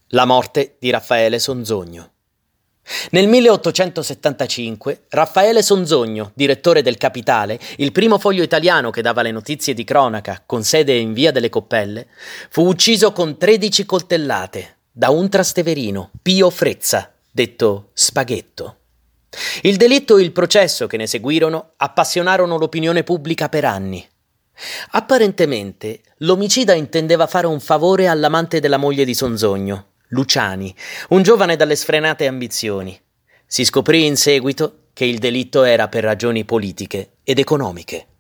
La morte di Raffaele Sonzogno. Nel 1875 Raffaele Sonzogno, direttore del Capitale, il primo foglio italiano che dava le notizie di cronaca con sede in Via delle Coppelle, fu ucciso con 13 coltellate da un trasteverino, Pio Frezza, detto Spaghetto. Il delitto e il processo che ne seguirono appassionarono l'opinione pubblica per anni. Apparentemente l'omicida intendeva fare un favore all'amante della moglie di Sonzogno, Luciani, un giovane dalle sfrenate ambizioni. Si scoprì in seguito che il delitto era per ragioni politiche ed economiche.